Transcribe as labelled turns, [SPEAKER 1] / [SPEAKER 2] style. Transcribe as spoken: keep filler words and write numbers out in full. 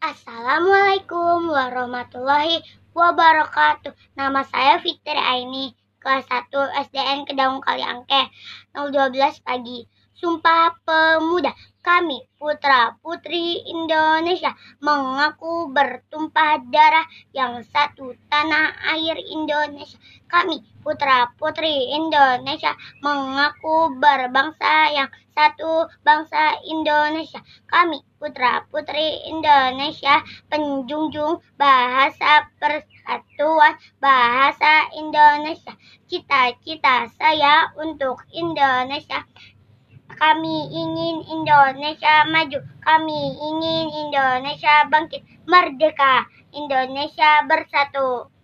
[SPEAKER 1] Assalamualaikum warahmatullahi wabarakatuh. Nama saya Fitri Aini, kelas satu S D N Kedaung Kaliangke, nol dua belas pagi. Sumpah Pemuda, kami putra-putri Indonesia mengaku bertumpah darah yang satu tanah air Indonesia. Kami putra-putri Indonesia mengaku berbangsa yang satu bangsa Indonesia. Kami putra-putri Indonesia penjunjung bahasa persatuan bahasa Indonesia. Cita-cita saya untuk Indonesia. Kami ingin Indonesia maju, kami ingin Indonesia bangkit, merdeka, Indonesia bersatu.